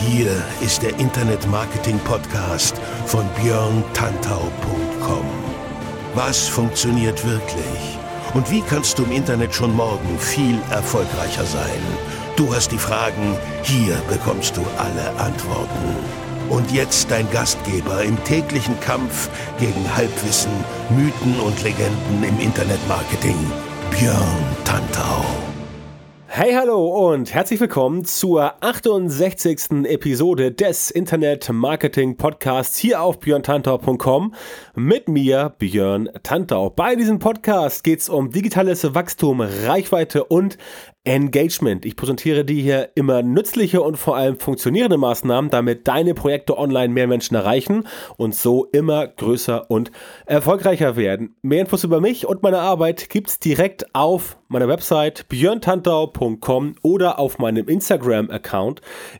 Hier ist der Internet-Marketing-Podcast von björntantau.com. Was funktioniert wirklich? Und wie kannst du im Internet schon morgen viel erfolgreicher sein? Du hast die Fragen, hier bekommst du alle Antworten. Und jetzt dein Gastgeber im täglichen Kampf gegen Halbwissen, Mythen und Legenden im Internetmarketing, Björn Tantau. Hey, hallo und herzlich willkommen zur 68. Episode des Internet-Marketing-Podcasts hier auf björntantau.com mit mir, Björn Tantau. Bei diesem Podcast geht es um digitales Wachstum, Reichweite und Engagement. Ich präsentiere dir hier immer nützliche und vor allem funktionierende Maßnahmen, damit deine Projekte online mehr Menschen erreichen und so immer größer und erfolgreicher werden. Mehr Infos über mich und meine Arbeit gibt's direkt auf meiner Website björntantau.com oder auf meinem Instagram-Account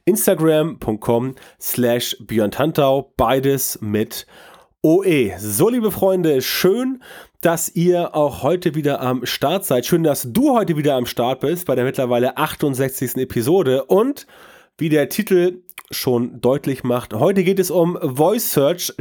instagram.com/björntantau, beides mit OE. So, liebe Freunde, schön, dass ihr auch heute wieder am Start seid. Schön, dass du heute wieder am Start bist bei der mittlerweile 68. Episode. Und wie der Titel schon deutlich macht, heute geht es um Voice Search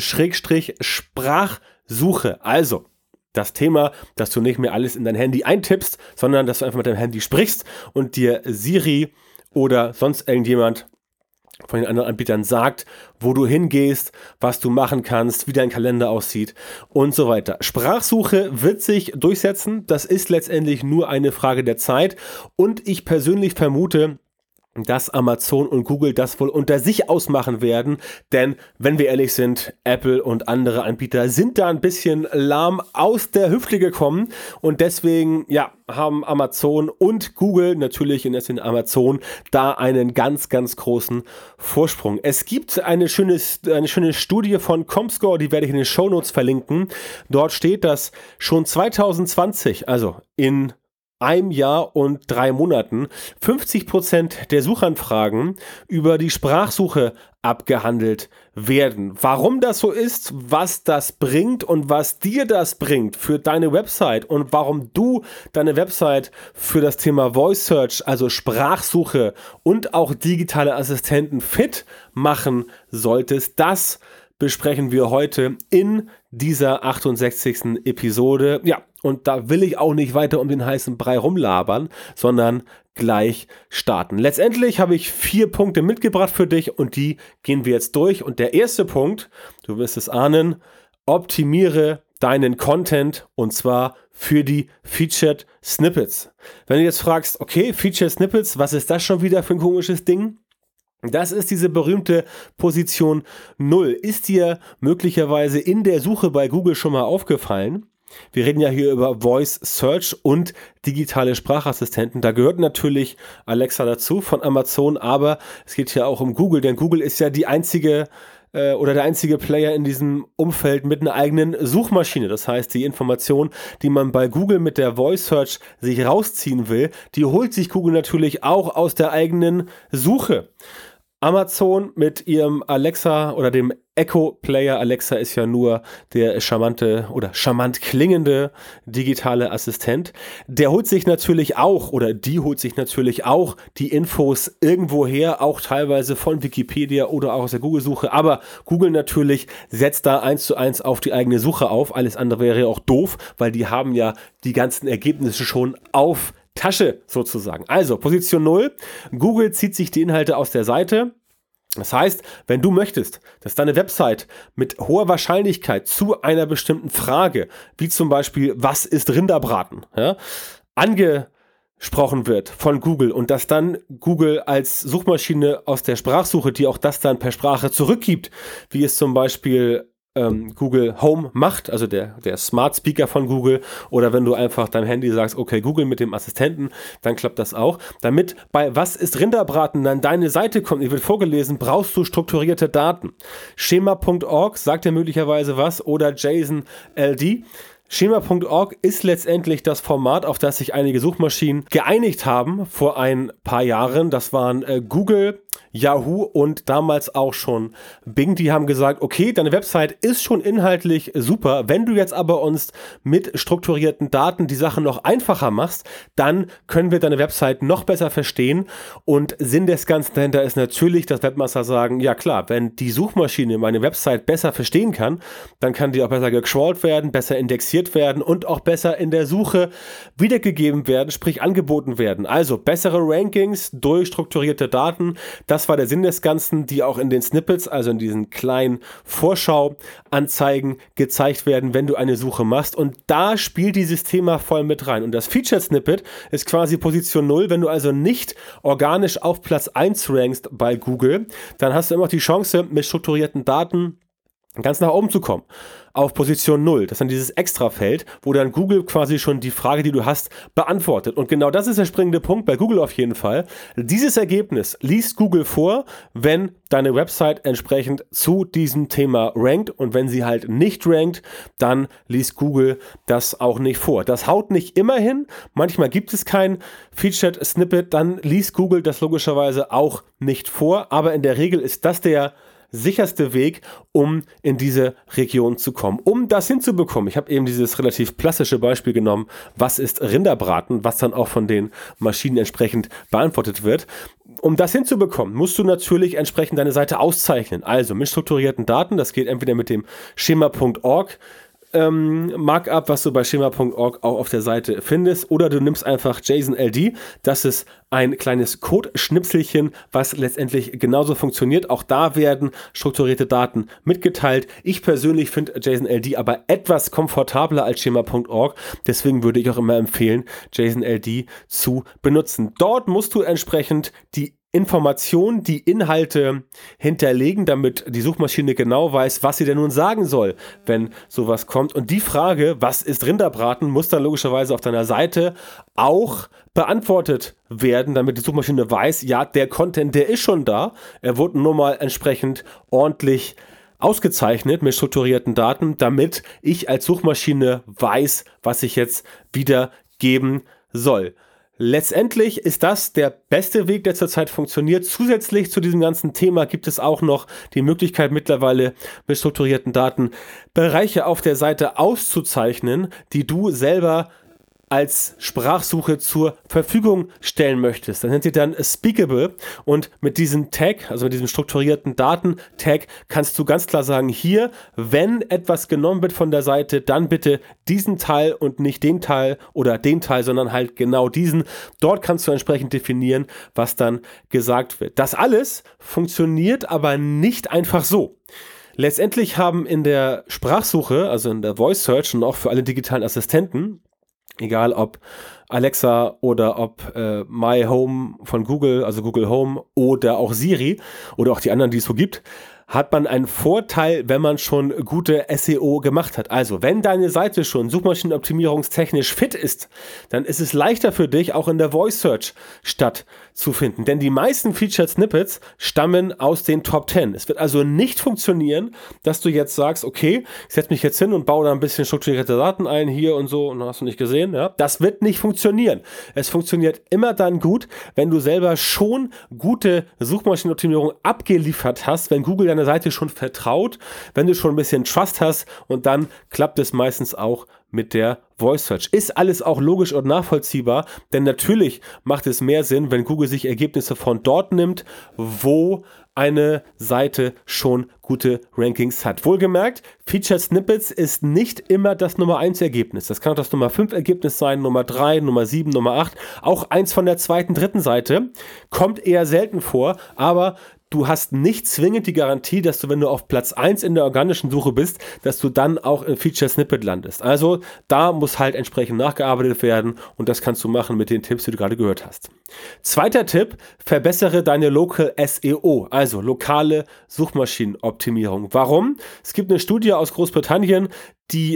Sprachsuche. Also das Thema, dass du nicht mehr alles in dein Handy eintippst, sondern dass du einfach mit deinem Handy sprichst und dir Siri oder sonst irgendjemand von den anderen Anbietern sagt, wo du hingehst, was du machen kannst, wie dein Kalender aussieht und so weiter. Sprachsuche wird sich durchsetzen. Das ist letztendlich nur eine Frage der Zeit. Und ich persönlich vermute, dass Amazon und Google das wohl unter sich ausmachen werden, denn wenn wir ehrlich sind, Apple und andere Anbieter sind da ein bisschen lahm aus der Hüfte gekommen und deswegen, haben Amazon und Google, natürlich in erster Linie Amazon, da einen ganz, ganz großen Vorsprung. Es gibt eine schöne Studie von Comscore, die werde ich in den Shownotes verlinken. Dort steht, dass schon 2020, also in einem Jahr und 3 Monaten 50% der Suchanfragen über die Sprachsuche abgehandelt werden. Warum das so ist, was das bringt und was dir das bringt für deine Website und warum du deine Website für das Thema Voice Search, also Sprachsuche und auch digitale Assistenten fit machen solltest, das besprechen wir heute in dieser 68. Episode. Ja, und da will ich auch nicht weiter um den heißen Brei rumlabern, sondern gleich starten. Letztendlich habe ich 4 Punkte mitgebracht für dich und die gehen wir jetzt durch. Und der erste Punkt, du wirst es ahnen, optimiere deinen Content und zwar für die Featured Snippets. Wenn du jetzt fragst, okay, Featured Snippets, was ist das schon wieder für ein komisches Ding? Das ist diese berühmte Position 0. Ist dir möglicherweise in der Suche bei Google schon mal aufgefallen? Wir reden ja hier über Voice Search und digitale Sprachassistenten. Da gehört natürlich Alexa dazu von Amazon, aber es geht hier auch um Google, denn Google ist ja die einzige oder der einzige Player in diesem Umfeld mit einer eigenen Suchmaschine. Das heißt, die Information, die man bei Google mit der Voice Search sich rausziehen will, die holt sich Google natürlich auch aus der eigenen Suche. Amazon mit ihrem Alexa oder dem Echo Player, Alexa ist ja nur der charmante oder charmant klingende digitale Assistent, der holt sich natürlich auch oder die holt sich natürlich auch die Infos irgendwo her, auch teilweise von Wikipedia oder auch aus der Google-Suche, aber Google natürlich setzt da 1:1 auf die eigene Suche auf, alles andere wäre ja auch doof, weil die haben ja die ganzen Ergebnisse schon auf Tasche sozusagen. Also Position 0, Google zieht sich die Inhalte aus der Seite. Das heißt, wenn du möchtest, dass deine Website mit hoher Wahrscheinlichkeit zu einer bestimmten Frage, wie zum Beispiel, was ist Rinderbraten, angesprochen wird von Google und dass dann Google als Suchmaschine aus der Sprachsuche, die auch das dann per Sprache zurückgibt, wie es zum Beispiel Google Home macht, also der Smart Speaker von Google, oder wenn du einfach deinem Handy sagst, okay, Google mit dem Assistenten, dann klappt das auch. Damit bei Was ist Rinderbraten dann deine Seite kommt, die wird vorgelesen, brauchst du strukturierte Daten. Schema.org sagt dir möglicherweise was oder JSON LD. Schema.org ist letztendlich das Format, auf das sich einige Suchmaschinen geeinigt haben vor ein paar Jahren. Das waren Google, Yahoo und damals auch schon Bing. Die haben gesagt, okay, deine Website ist schon inhaltlich super. Wenn du jetzt aber uns mit strukturierten Daten die Sache noch einfacher machst, dann können wir deine Website noch besser verstehen. Und Sinn des Ganzen dahinter ist natürlich, dass Webmaster sagen, ja klar, wenn die Suchmaschine meine Website besser verstehen kann, dann kann die auch besser gecrawlt werden, besser indexiert werden und auch besser in der Suche wiedergegeben werden, sprich angeboten werden. Also bessere Rankings durch strukturierte Daten. Das war der Sinn des Ganzen, die auch in den Snippets, also in diesen kleinen Vorschauanzeigen gezeigt werden, wenn du eine Suche machst. Und da spielt dieses Thema voll mit rein. Und das Featured Snippet ist quasi Position 0. Wenn du also nicht organisch auf Platz 1 rankst bei Google, dann hast du immer noch die Chance, mit strukturierten Daten ganz nach oben zu kommen. Auf Position 0. Das ist dann dieses Extrafeld, wo dann Google quasi schon die Frage, die du hast, beantwortet. Und genau das ist der springende Punkt bei Google auf jeden Fall. Dieses Ergebnis liest Google vor, wenn deine Website entsprechend zu diesem Thema rankt. Und wenn sie halt nicht rankt, dann liest Google das auch nicht vor. Das haut nicht immer hin. Manchmal gibt es kein Featured Snippet. Dann liest Google das logischerweise auch nicht vor. Aber in der Regel ist das der sicherste Weg, um in diese Region zu kommen. Um das hinzubekommen, ich habe eben dieses relativ klassische Beispiel genommen, was ist Rinderbraten, was dann auch von den Maschinen entsprechend beantwortet wird. Um das hinzubekommen, musst du natürlich entsprechend deine Seite auszeichnen. Also mit strukturierten Daten, das geht entweder mit dem Schema.org Markup, was du bei Schema.org auch auf der Seite findest, oder du nimmst einfach JSON-LD. Das ist ein kleines Code-Schnipselchen, was letztendlich genauso funktioniert. Auch da werden strukturierte Daten mitgeteilt. Ich persönlich finde JSON-LD aber etwas komfortabler als Schema.org. Deswegen würde ich auch immer empfehlen, JSON-LD zu benutzen. Dort musst du entsprechend die Informationen, die Inhalte hinterlegen, damit die Suchmaschine genau weiß, was sie denn nun sagen soll, wenn sowas kommt. Und die Frage, was ist Rinderbraten, muss dann logischerweise auf deiner Seite auch beantwortet werden, damit die Suchmaschine weiß, ja, der Content, der ist schon da. Er wurde nur mal entsprechend ordentlich ausgezeichnet mit strukturierten Daten, damit ich als Suchmaschine weiß, was ich jetzt wiedergeben soll. Letztendlich ist das der beste Weg, der zurzeit funktioniert. Zusätzlich zu diesem ganzen Thema gibt es auch noch die Möglichkeit, mittlerweile mit strukturierten Daten Bereiche auf der Seite auszuzeichnen, die du selber als Sprachsuche zur Verfügung stellen möchtest. Das nennt sich dann Speakable, und mit diesem Tag, also mit diesem strukturierten Daten-Tag, kannst du ganz klar sagen, hier, wenn etwas genommen wird von der Seite, dann bitte diesen Teil und nicht den Teil oder den Teil, sondern halt genau diesen. Dort kannst du entsprechend definieren, was dann gesagt wird. Das alles funktioniert aber nicht einfach so. Letztendlich haben in der Sprachsuche, also in der Voice Search und auch für alle digitalen Assistenten, egal ob Alexa oder ob My Home von Google, also Google Home, oder auch Siri oder auch die anderen, die es so gibt, hat man einen Vorteil, wenn man schon gute SEO gemacht hat. Also, wenn deine Seite schon suchmaschinenoptimierungstechnisch fit ist, dann ist es leichter für dich, auch in der Voice Search stattzufinden. Denn die meisten Featured Snippets stammen aus den Top 10. Es wird also nicht funktionieren, dass du jetzt sagst, okay, ich setze mich jetzt hin und baue da ein bisschen strukturierte Daten ein, hier und so, und hast du nicht gesehen, ja? Das wird nicht funktionieren. Es funktioniert immer dann gut, wenn du selber schon gute Suchmaschinenoptimierung abgeliefert hast, wenn Google deine Seite schon vertraut, wenn du schon ein bisschen Trust hast, und dann klappt es meistens auch mit der Voice Search. Ist alles auch logisch und nachvollziehbar, denn natürlich macht es mehr Sinn, wenn Google sich Ergebnisse von dort nimmt, wo eine Seite schon gute Rankings hat. Wohlgemerkt, Featured Snippets ist nicht immer das Nummer 1 Ergebnis. Das kann auch das Nummer 5 Ergebnis sein, Nummer 3, Nummer 7, Nummer 8. Auch eins von der zweiten, dritten Seite kommt eher selten vor, aber du hast nicht zwingend die Garantie, dass du, wenn du auf Platz 1 in der organischen Suche bist, dass du dann auch im Feature Snippet landest. Also da muss halt entsprechend nachgearbeitet werden, und das kannst du machen mit den Tipps, die du gerade gehört hast. Zweiter Tipp: verbessere deine Local SEO, also lokale Suchmaschinenoptimierung. Warum? Es gibt eine Studie aus Großbritannien, die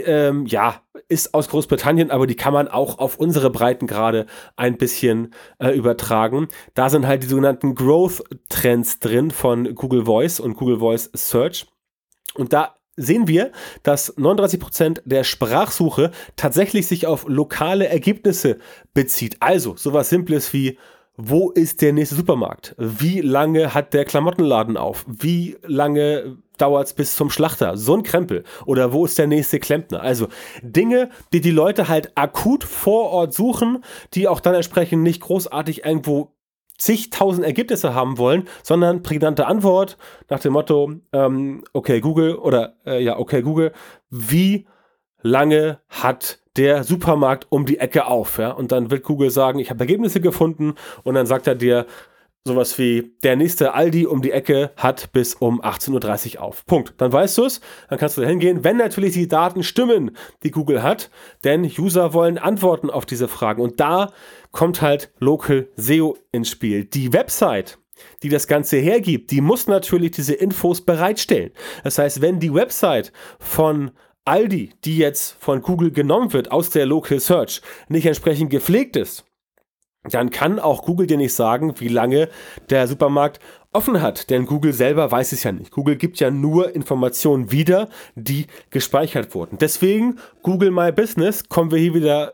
ist aus Großbritannien, aber die kann man auch auf unsere Breitengrade ein bisschen übertragen. Da sind halt die sogenannten Growth Trends drin von Google Voice und Google Voice Search. Und da sehen wir, dass 39% der Sprachsuche tatsächlich sich auf lokale Ergebnisse bezieht. Also sowas Simples wie: Wo ist der nächste Supermarkt? Wie lange hat der Klamottenladen auf? Wie lange dauert es bis zum Schlachter? So ein Krempel. Oder wo ist der nächste Klempner? Also Dinge, die die Leute halt akut vor Ort suchen, die auch dann entsprechend nicht großartig irgendwo zigtausend Ergebnisse haben wollen, sondern prägnante Antwort nach dem Motto, okay Google, okay Google, wie lange hat der Supermarkt um die Ecke auf? Ja? Und dann wird Google sagen, ich habe Ergebnisse gefunden, und dann sagt er dir sowas wie: Der nächste Aldi um die Ecke hat bis um 18.30 Uhr auf. Punkt. Dann weißt du es, dann kannst du da hingehen, wenn natürlich die Daten stimmen, die Google hat, denn User wollen Antworten auf diese Fragen, und da kommt halt Local SEO ins Spiel. Die Website, die das Ganze hergibt, die muss natürlich diese Infos bereitstellen. Das heißt, wenn die Website von Aldi, die jetzt von Google genommen wird aus der Local Search, nicht entsprechend gepflegt ist, dann kann auch Google dir nicht sagen, wie lange der Supermarkt offen hat, denn Google selber weiß es ja nicht. Google gibt ja nur Informationen wieder, die gespeichert wurden. Deswegen Google My Business, kommen wir hier wieder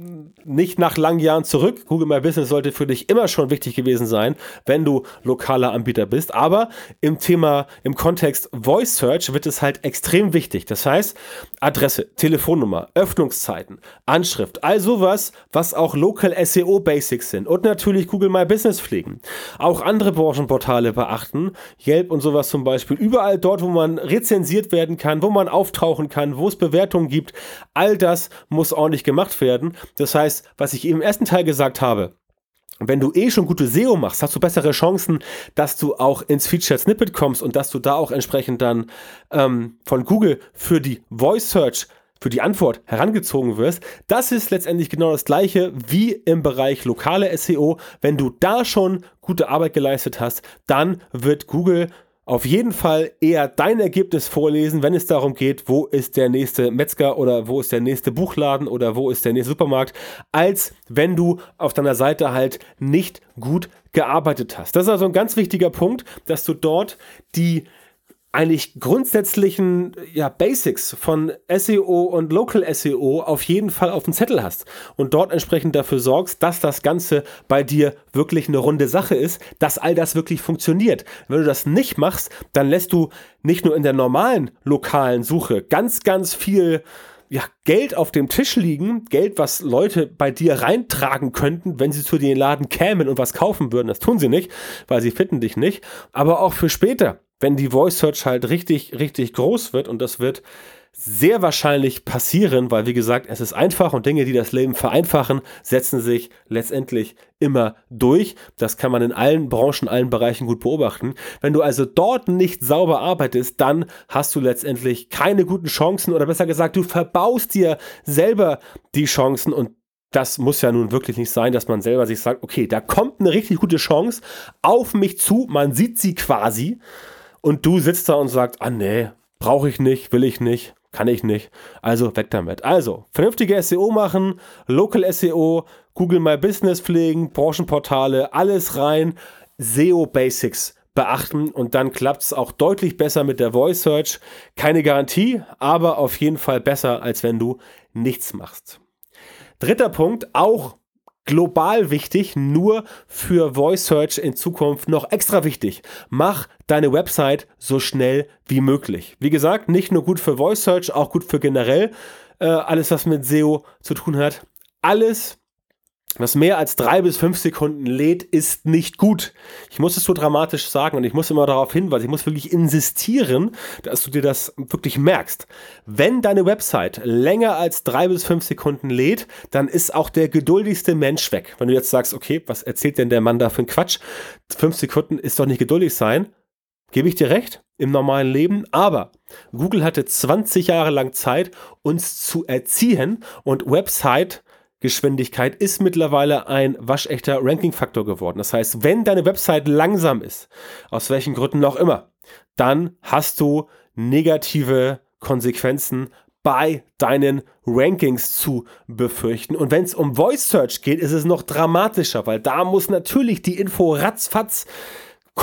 nicht nach langen Jahren zurück. Google My Business sollte für dich immer schon wichtig gewesen sein, wenn du lokaler Anbieter bist. Aber im Kontext Voice Search wird es halt extrem wichtig. Das heißt, Adresse, Telefonnummer, Öffnungszeiten, Anschrift, all sowas, was auch Local SEO Basics sind. Und natürlich Google My Business pflegen. Auch andere Branchenportale beachten. Yelp und sowas zum Beispiel. Überall dort, wo man rezensiert werden kann, wo man auftauchen kann, wo es Bewertungen gibt. All das muss ordentlich gemacht werden. Das heißt, was ich eben im ersten Teil gesagt habe: Wenn du schon gute SEO machst, hast du bessere Chancen, dass du auch ins Featured Snippet kommst und dass du da auch entsprechend dann von Google für die Voice Search, für die Antwort herangezogen wirst. Das ist letztendlich genau das Gleiche wie im Bereich lokale SEO. Wenn du da schon gute Arbeit geleistet hast, dann wird Google auf jeden Fall eher dein Ergebnis vorlesen, wenn es darum geht, wo ist der nächste Metzger oder wo ist der nächste Buchladen oder wo ist der nächste Supermarkt, als wenn du auf deiner Seite halt nicht gut gearbeitet hast. Das ist also ein ganz wichtiger Punkt, dass du dort die eigentlich grundsätzlichen Basics von SEO und Local SEO auf jeden Fall auf dem Zettel hast und dort entsprechend dafür sorgst, dass das Ganze bei dir wirklich eine runde Sache ist, dass all das wirklich funktioniert. Wenn du das nicht machst, dann lässt du nicht nur in der normalen lokalen Suche ganz, ganz viel Geld auf dem Tisch liegen, Geld, was Leute bei dir reintragen könnten, wenn sie zu dir in den Laden kämen und was kaufen würden. Das tun sie nicht, weil sie finden dich nicht. Aber auch für später, wenn die Voice Search halt richtig, richtig groß wird, und das wird sehr wahrscheinlich passieren, weil wie gesagt, es ist einfach und Dinge, die das Leben vereinfachen, setzen sich letztendlich immer durch. Das kann man in allen Branchen, allen Bereichen gut beobachten. Wenn du also dort nicht sauber arbeitest, dann hast du letztendlich keine guten Chancen, oder besser gesagt, du verbaust dir selber die Chancen, und das muss ja nun wirklich nicht sein, dass man selber sich sagt, okay, da kommt eine richtig gute Chance auf mich zu, man sieht sie quasi, und du sitzt da und sagst, nee, brauche ich nicht, will ich nicht, kann ich nicht, also weg damit. Also, vernünftige SEO machen, Local SEO, Google My Business pflegen, Branchenportale, alles rein, SEO Basics beachten, und dann klappt es auch deutlich besser mit der Voice Search. Keine Garantie, aber auf jeden Fall besser, als wenn du nichts machst. Dritter Punkt, auch global wichtig, nur für Voice Search in Zukunft noch extra wichtig. Mach deine Website so schnell wie möglich. Wie gesagt, nicht nur gut für Voice Search, auch gut für generell alles, was mit SEO zu tun hat. Alles, was mehr als 3 bis 5 Sekunden lädt, ist nicht gut. Ich muss es so dramatisch sagen, und ich muss immer darauf hinweisen, ich muss wirklich insistieren, dass du dir das wirklich merkst. Wenn deine Website länger als 3 bis 5 Sekunden lädt, dann ist auch der geduldigste Mensch weg. Wenn du jetzt sagst, okay, was erzählt denn der Mann da für einen Quatsch? 5 Sekunden ist doch nicht geduldig sein. Gebe ich dir recht, im normalen Leben, aber Google hatte 20 Jahre lang Zeit, uns zu erziehen, und Website-Geschwindigkeit ist mittlerweile ein waschechter Ranking-Faktor geworden. Das heißt, wenn deine Website langsam ist, aus welchen Gründen auch immer, dann hast du negative Konsequenzen bei deinen Rankings zu befürchten. Und wenn es um Voice Search geht, ist es noch dramatischer, weil da muss natürlich die Info ratzfatz kommen.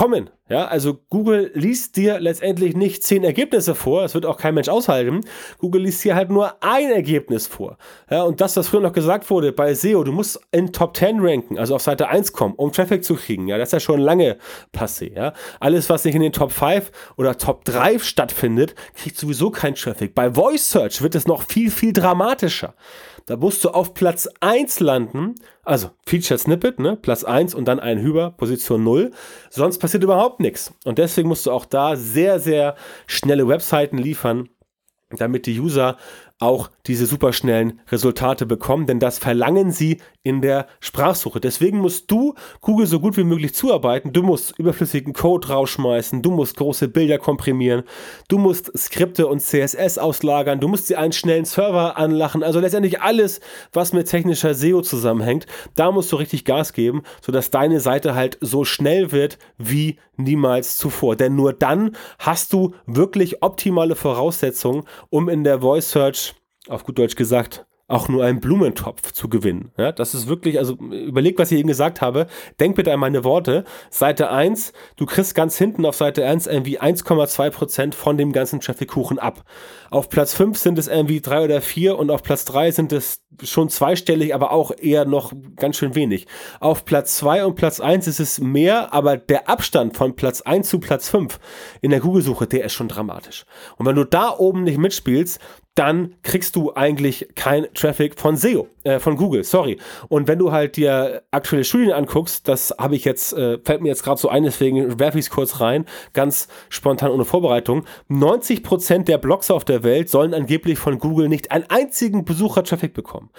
Ja, also Google liest dir letztendlich nicht 10 Ergebnisse vor, das wird auch kein Mensch aushalten. Google liest hier halt nur ein Ergebnis vor. Ja, und das, was früher noch gesagt wurde bei SEO, du musst in Top 10 ranken, also auf Seite 1 kommen, um Traffic zu kriegen. Ja, das ist ja schon lange passé. Ja. Alles, was nicht in den Top 5 oder Top 3 stattfindet, kriegt sowieso keinen Traffic. Bei Voice Search wird es noch viel, viel dramatischer. Da musst du auf Platz 1 landen, also Featured Snippet, ne, Platz 1 und dann ein Hüber, Position 0. Sonst passiert überhaupt nichts. Und deswegen musst du auch da sehr, sehr schnelle Webseiten liefern, damit die User auch diese superschnellen Resultate bekommen, denn das verlangen sie in der Sprachsuche. Deswegen musst du Google so gut wie möglich zuarbeiten. Du musst überflüssigen Code rausschmeißen, du musst große Bilder komprimieren, du musst Skripte und CSS auslagern, du musst sie einen schnellen Server anlachen, also letztendlich alles, was mit technischer SEO zusammenhängt, da musst du richtig Gas geben, sodass deine Seite halt so schnell wird wie niemals zuvor. Denn nur dann hast du wirklich optimale Voraussetzungen, um in der Voice Search, auf gut Deutsch gesagt, auch nur einen Blumentopf zu gewinnen. Ja, das ist wirklich, also überleg, was ich eben gesagt habe, denk bitte an meine Worte. Seite 1, du kriegst ganz hinten auf Seite 1 irgendwie 1,2% von dem ganzen Traffic-Kuchen ab. Auf Platz 5 sind es irgendwie 3 oder 4 und auf Platz 3 sind es schon zweistellig, aber auch eher noch ganz schön wenig. Auf Platz 2 und Platz 1 ist es mehr, aber der Abstand von Platz 1 zu Platz 5 in der Google-Suche, der ist schon dramatisch. Und wenn du da oben nicht mitspielst, dann kriegst du eigentlich kein Traffic von SEO, von Google, sorry. Und wenn du halt dir aktuelle Studien anguckst, das habe ich jetzt, fällt mir jetzt gerade so ein, deswegen werfe ich es kurz rein, ganz spontan ohne Vorbereitung. 90% der Blogs auf der Welt sollen angeblich von Google nicht einen einzigen Besucher-Traffic bekommen.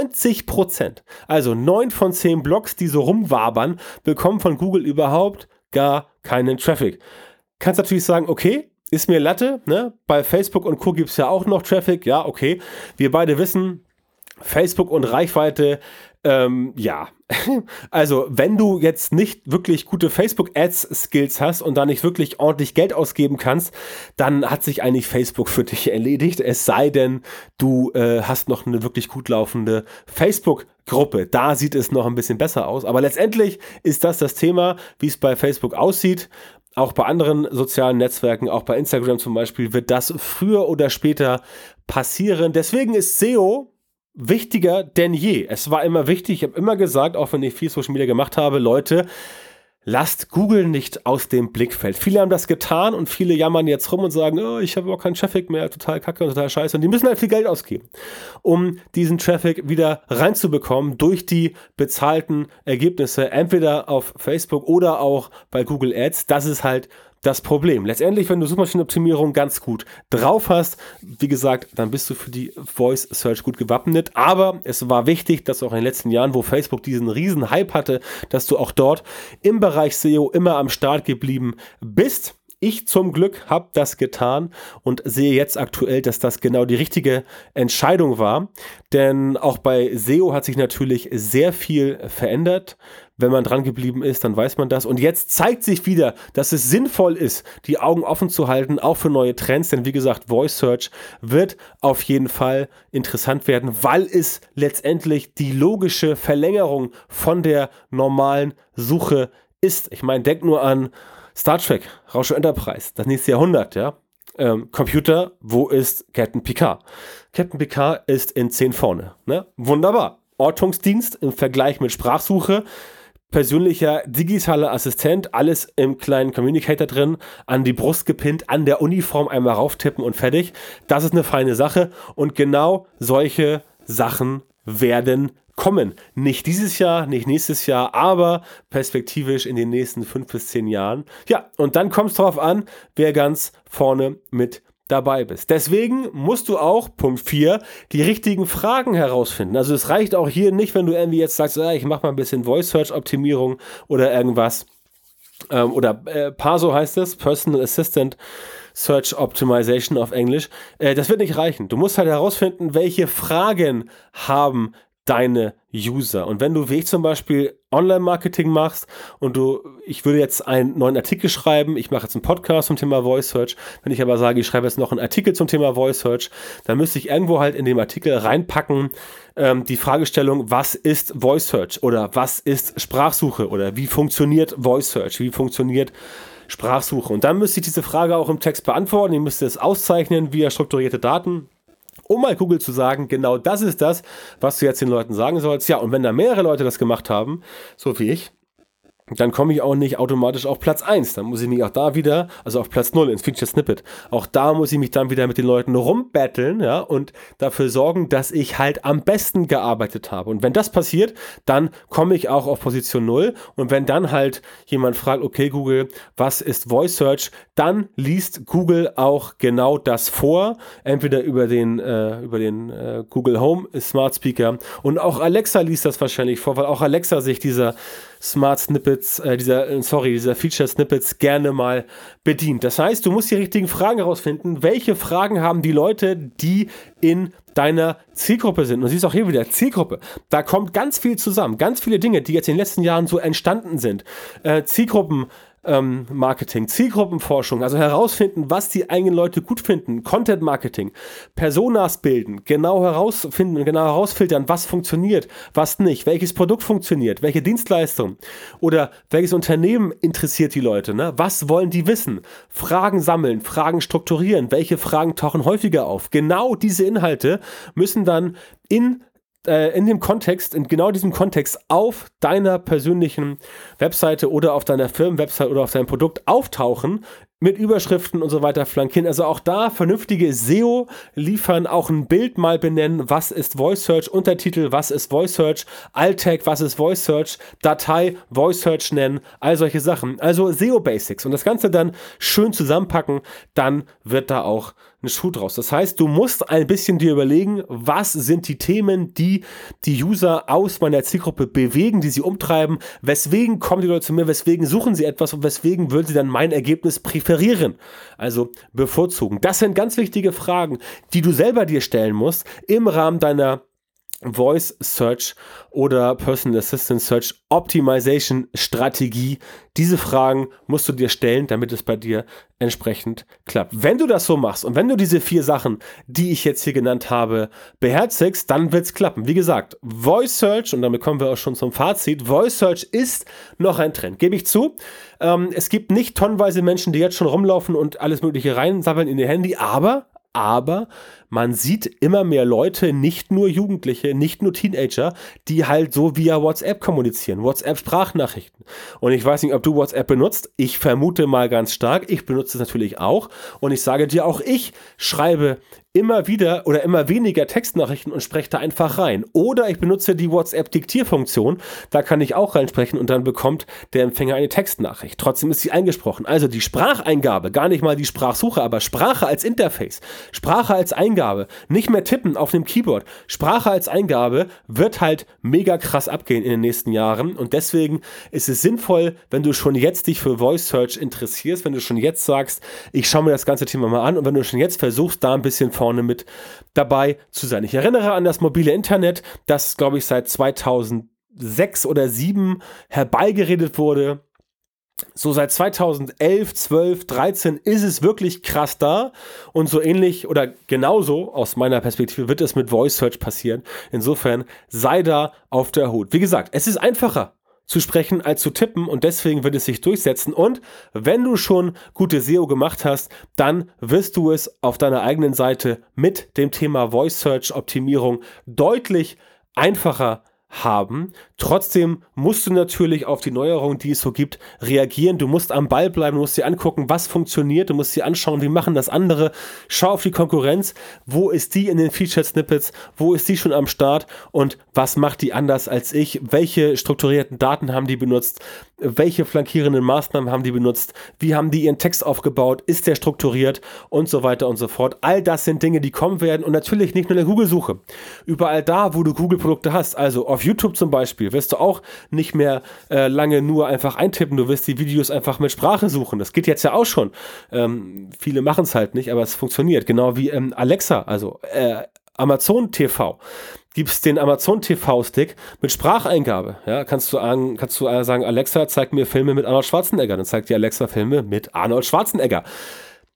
90%. Also 9 von 10 Blogs, die so rumwabern, bekommen von Google überhaupt gar keinen Traffic. Kannst natürlich sagen, okay, ist mir Latte, ne? Bei Facebook und Co. gibt es ja auch noch Traffic, ja, okay. Wir beide wissen, Facebook und Reichweite, ja. Also, wenn du jetzt nicht wirklich gute Facebook-Ads-Skills hast und da nicht wirklich ordentlich Geld ausgeben kannst, dann hat sich eigentlich Facebook für dich erledigt, es sei denn, du hast noch eine wirklich gut laufende Facebook-Gruppe. Da sieht es noch ein bisschen besser aus, aber letztendlich ist das Thema, wie es bei Facebook aussieht. Auch bei anderen sozialen Netzwerken, auch bei Instagram zum Beispiel, wird das früher oder später passieren. Deswegen ist SEO wichtiger denn je. Es war immer wichtig, ich habe immer gesagt, auch wenn ich viel Social Media gemacht habe, Leute, lasst Google nicht aus dem Blickfeld. Viele haben das getan und viele jammern jetzt rum und sagen, oh, ich habe auch keinen Traffic mehr, total kacke und total scheiße. Und die müssen halt viel Geld ausgeben, um diesen Traffic wieder reinzubekommen durch die bezahlten Ergebnisse, entweder auf Facebook oder auch bei Google Ads. Das ist halt das Problem. Letztendlich, wenn du Suchmaschinenoptimierung ganz gut drauf hast, wie gesagt, dann bist du für die Voice Search gut gewappnet. Aber es war wichtig, dass auch in den letzten Jahren, wo Facebook diesen riesen Hype hatte, dass du auch dort im Bereich SEO immer am Start geblieben bist. Ich zum Glück habe das getan und sehe jetzt aktuell, dass das genau die richtige Entscheidung war. Denn auch bei SEO hat sich natürlich sehr viel verändert. Wenn man dran geblieben ist, dann weiß man das. Und jetzt zeigt sich wieder, dass es sinnvoll ist, die Augen offen zu halten, auch für neue Trends. Denn wie gesagt, Voice Search wird auf jeden Fall interessant werden, weil es letztendlich die logische Verlängerung von der normalen Suche ist. Ich meine, denk nur an Star Trek, Raumschiff Enterprise, das nächste Jahrhundert, ja. Computer, wo ist Captain Picard? Captain Picard ist in 10 vorne, ne? Wunderbar. Ortungsdienst im Vergleich mit Sprachsuche, persönlicher digitaler Assistent, alles im kleinen Communicator drin, an die Brust gepinnt, an der Uniform einmal rauftippen und fertig. Das ist eine feine Sache und genau solche Sachen werden kommen. Nicht dieses Jahr, nicht nächstes Jahr, aber perspektivisch in den nächsten 5 bis 10 Jahren. Ja, und dann kommt es drauf an, wer ganz vorne mit dabei bist. Deswegen musst du auch, Punkt 4, die richtigen Fragen herausfinden. Also es reicht auch hier nicht, wenn du irgendwie jetzt sagst, ich mache mal ein bisschen Voice-Search-Optimierung oder irgendwas. PASO heißt es, Personal Assistant Search Optimization auf Englisch. Das wird nicht reichen. Du musst halt herausfinden, welche Fragen haben deine User. Und wenn du, wie ich zum Beispiel, Online-Marketing machst und ich würde jetzt einen neuen Artikel schreiben, ich mache jetzt einen Podcast zum Thema Voice Search, wenn ich aber sage, ich schreibe jetzt noch einen Artikel zum Thema Voice Search, dann müsste ich irgendwo halt in dem Artikel reinpacken, die Fragestellung, was ist Voice Search oder was ist Sprachsuche oder wie funktioniert Voice Search, wie funktioniert Sprachsuche. Und dann müsste ich diese Frage auch im Text beantworten. Ich müsste es auszeichnen via strukturierte Daten, um mal Google zu sagen, genau das ist das, was du jetzt den Leuten sagen sollst. Ja, und wenn da mehrere Leute das gemacht haben, so wie ich, dann komme ich auch nicht automatisch auf Platz 1. Dann muss ich mich auch da wieder, also auf Platz 0 ins Featured Snippet, auch da muss ich mich dann wieder mit den Leuten rumbattlen, ja, und dafür sorgen, dass ich halt am besten gearbeitet habe. Und wenn das passiert, dann komme ich auch auf Position 0. Und wenn dann halt jemand fragt, okay Google, was ist Voice Search, dann liest Google auch genau das vor, entweder über den Google Home Smart Speaker, und auch Alexa liest das wahrscheinlich vor, weil auch Alexa sich dieser Smart Snippets, dieser Feature Snippets gerne mal bedient. Das heißt, du musst die richtigen Fragen herausfinden. Welche Fragen haben die Leute, die in deiner Zielgruppe sind? Und du siehst auch hier wieder Zielgruppe. Da kommt ganz viel zusammen. Ganz viele Dinge, die jetzt in den letzten Jahren so entstanden sind. Marketing, Zielgruppenforschung, also herausfinden, was die eigenen Leute gut finden, Content Marketing, Personas bilden, genau herausfinden und genau herausfiltern, was funktioniert, was nicht, welches Produkt funktioniert, welche Dienstleistung oder welches Unternehmen interessiert die Leute, ne? Was wollen die wissen? Fragen sammeln, Fragen strukturieren, welche Fragen tauchen häufiger auf? Genau diese Inhalte müssen dann in dem Kontext, in genau diesem Kontext auf deiner persönlichen Webseite oder auf deiner Firmenwebsite oder auf deinem Produkt auftauchen, mit Überschriften und so weiter flankieren. Also auch da vernünftige SEO liefern, auch ein Bild mal benennen, was ist Voice Search, Untertitel, was ist Voice Search, Alt-Tag, was ist Voice Search, Datei, Voice Search nennen, all solche Sachen. Also SEO Basics und das Ganze dann schön zusammenpacken, dann wird da auch ein Schuh draus. Das heißt, du musst ein bisschen dir überlegen, was sind die Themen, die die User aus meiner Zielgruppe bewegen, die sie umtreiben, weswegen kommen die Leute zu mir, weswegen suchen sie etwas und weswegen würden sie dann mein Ergebnis präferieren, also bevorzugen. Das sind ganz wichtige Fragen, die du selber dir stellen musst im Rahmen deiner Voice Search oder Personal Assistant Search Optimization Strategie. Diese Fragen musst du dir stellen, damit es bei dir entsprechend klappt. Wenn du das so machst und wenn du diese 4 Sachen, die ich jetzt hier genannt habe, beherzigst, dann wird es klappen. Wie gesagt, Voice Search, und damit kommen wir auch schon zum Fazit, Voice Search ist noch ein Trend, gebe ich zu. Es gibt nicht tonnenweise Menschen, die jetzt schon rumlaufen und alles Mögliche reinsammeln in ihr Handy, aber man sieht immer mehr Leute, nicht nur Jugendliche, nicht nur Teenager, die halt so via WhatsApp kommunizieren, WhatsApp-Sprachnachrichten. Und ich weiß nicht, ob du WhatsApp benutzt. Ich vermute mal ganz stark. Ich benutze es natürlich auch. Und ich sage dir, auch ich schreibe immer wieder oder immer weniger Textnachrichten und spreche da einfach rein. Oder ich benutze die WhatsApp-Diktierfunktion. Da kann ich auch reinsprechen und dann bekommt der Empfänger eine Textnachricht. Trotzdem ist sie eingesprochen. Also die Spracheingabe, gar nicht mal die Sprachsuche, aber Sprache als Interface, Sprache als Eingabe, nicht mehr tippen auf dem Keyboard. Sprache als Eingabe wird halt mega krass abgehen in den nächsten Jahren und deswegen ist es sinnvoll, wenn du schon jetzt dich für Voice Search interessierst, wenn du schon jetzt sagst, ich schaue mir das ganze Thema mal an und wenn du schon jetzt versuchst, da ein bisschen vorne mit dabei zu sein. Ich erinnere an das mobile Internet, das, glaube ich, seit 2006 oder 2007 herbeigeredet wurde. So seit 2011, 12, 13 ist es wirklich krass da und so ähnlich oder genauso aus meiner Perspektive wird es mit Voice Search passieren. Insofern sei da auf der Hut. Wie gesagt, es ist einfacher zu sprechen als zu tippen und deswegen wird es sich durchsetzen und wenn du schon gute SEO gemacht hast, dann wirst du es auf deiner eigenen Seite mit dem Thema Voice Search Optimierung deutlich einfacher haben. Trotzdem musst du natürlich auf die Neuerungen, die es so gibt, reagieren. Du musst am Ball bleiben, du musst dir angucken, was funktioniert, du musst dir anschauen, wie machen das andere. Schau auf die Konkurrenz, wo ist die in den Featured Snippets, wo ist die schon am Start und was macht die anders als ich, welche strukturierten Daten haben die benutzt, welche flankierenden Maßnahmen haben die benutzt, wie haben die ihren Text aufgebaut, ist der strukturiert und so weiter und so fort. All das sind Dinge, die kommen werden und natürlich nicht nur in der Google-Suche. Überall da, wo du Google-Produkte hast, also auf YouTube zum Beispiel, wirst du auch nicht mehr lange nur einfach eintippen, du wirst die Videos einfach mit Sprache suchen. Das geht jetzt ja auch schon. Viele machen es halt nicht, aber es funktioniert. Genau wie Alexa, also Amazon TV. Gibt es den Amazon TV-Stick mit Spracheingabe. Ja, kannst du sagen, Alexa, zeig mir Filme mit Arnold Schwarzenegger. Dann zeigt dir Alexa Filme mit Arnold Schwarzenegger.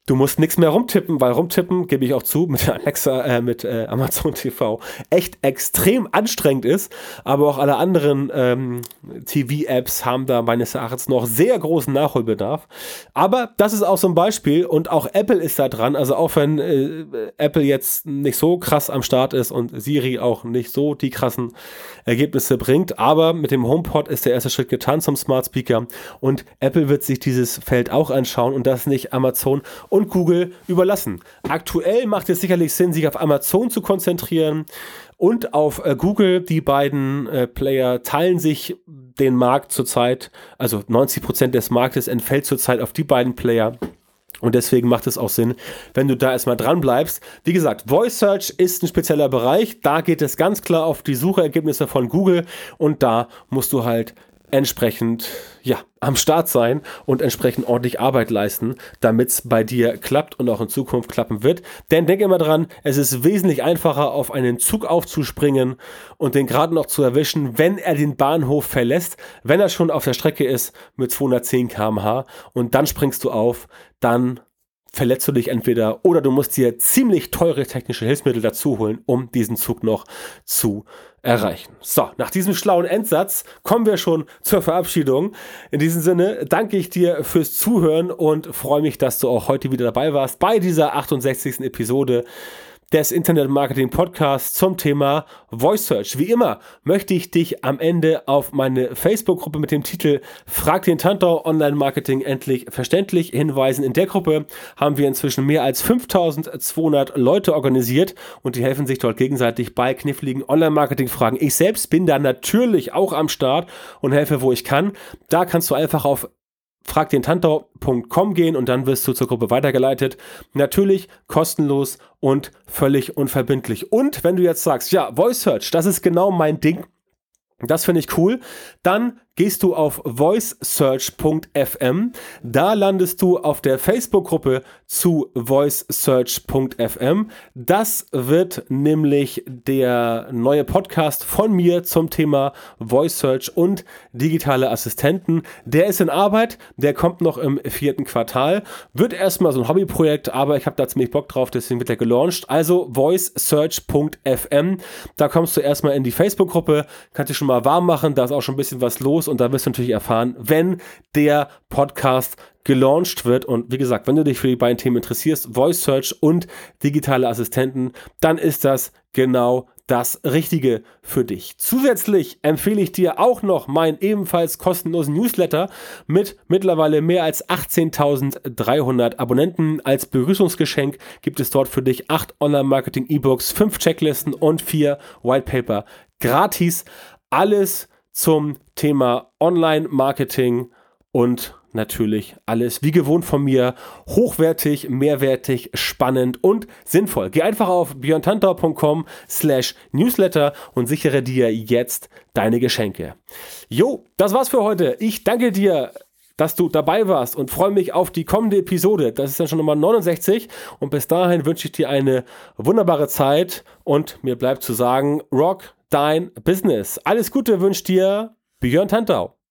Du musst nichts mehr rumtippen, weil rumtippen, gebe ich auch zu, mit Alexa, mit Amazon TV echt extrem anstrengend ist. Aber auch alle anderen TV-Apps haben da meines Erachtens noch sehr großen Nachholbedarf. Aber das ist auch so ein Beispiel und auch Apple ist da dran. Also auch wenn Apple jetzt nicht so krass am Start ist und Siri auch nicht so die krassen Ergebnisse bringt. Aber mit dem HomePod ist der erste Schritt getan zum Smart Speaker. Und Apple wird sich dieses Feld auch anschauen und das nicht Amazon und Google überlassen. Aktuell macht es sicherlich Sinn, sich auf Amazon zu konzentrieren und auf Google. Die beiden Player teilen sich den Markt zurzeit, also 90% des Marktes entfällt zurzeit auf die beiden Player. Und deswegen macht es auch Sinn, wenn du da erstmal dran bleibst. Wie gesagt, Voice Search ist ein spezieller Bereich. Da geht es ganz klar auf die Suchergebnisse von Google und da musst du halt entsprechend am Start sein und entsprechend ordentlich Arbeit leisten, damit es bei dir klappt und auch in Zukunft klappen wird. Denn denk immer dran, es ist wesentlich einfacher, auf einen Zug aufzuspringen und den gerade noch zu erwischen, wenn er den Bahnhof verlässt, wenn er schon auf der Strecke ist mit 210 km/h und dann springst du auf, dann verletzt du dich entweder oder du musst dir ziemlich teure technische Hilfsmittel dazu holen, um diesen Zug noch zu erreichen. So, nach diesem schlauen Endsatz kommen wir schon zur Verabschiedung. In diesem Sinne danke ich dir fürs Zuhören und freue mich, dass du auch heute wieder dabei warst bei dieser 68. Episode des Internet Marketing Podcasts zum Thema Voice Search. Wie immer möchte ich dich am Ende auf meine Facebook-Gruppe mit dem Titel Frag den Tantau Online Marketing endlich verständlich hinweisen. In der Gruppe haben wir inzwischen mehr als 5200 Leute organisiert und die helfen sich dort gegenseitig bei kniffligen Online-Marketing-Fragen. Ich selbst bin da natürlich auch am Start und helfe, wo ich kann. Da kannst du einfach auf fragdentantau.com gehen und dann wirst du zur Gruppe weitergeleitet. Natürlich kostenlos und völlig unverbindlich. Und wenn du jetzt sagst, ja, Voice Search, das ist genau mein Ding, das finde ich cool, dann gehst du auf voicesearch.fm, da landest du auf der Facebook-Gruppe zu voicesearch.fm. Das wird nämlich der neue Podcast von mir zum Thema Voice Search und digitale Assistenten. Der ist in Arbeit, der kommt noch im 4. Quartal, wird erstmal so ein Hobbyprojekt, aber ich habe da ziemlich Bock drauf, deswegen wird der gelauncht. Also voicesearch.fm, da kommst du erstmal in die Facebook-Gruppe, kannst dich schon mal warm machen, da ist auch schon ein bisschen was los und da wirst du natürlich erfahren, wenn der Podcast gelauncht wird. Und wie gesagt, wenn du dich für die beiden Themen interessierst, Voice Search und digitale Assistenten, dann ist das genau das Richtige für dich. Zusätzlich empfehle ich dir auch noch meinen ebenfalls kostenlosen Newsletter mit mittlerweile mehr als 18.300 Abonnenten. Als Begrüßungsgeschenk gibt es dort für dich 8 Online-Marketing-E-Books, 5 Checklisten und 4 Whitepaper gratis. Alles zum Thema Online-Marketing und natürlich alles wie gewohnt von mir hochwertig, mehrwertig, spannend und sinnvoll. Geh einfach auf björntantau.com/newsletter und sichere dir jetzt deine Geschenke. Jo, das war's für heute. Ich danke dir, dass du dabei warst und freue mich auf die kommende Episode. Das ist dann schon Nummer 69 und bis dahin wünsche ich dir eine wunderbare Zeit und mir bleibt zu sagen, rock dein Business. Alles Gute wünscht dir Björn Tantau.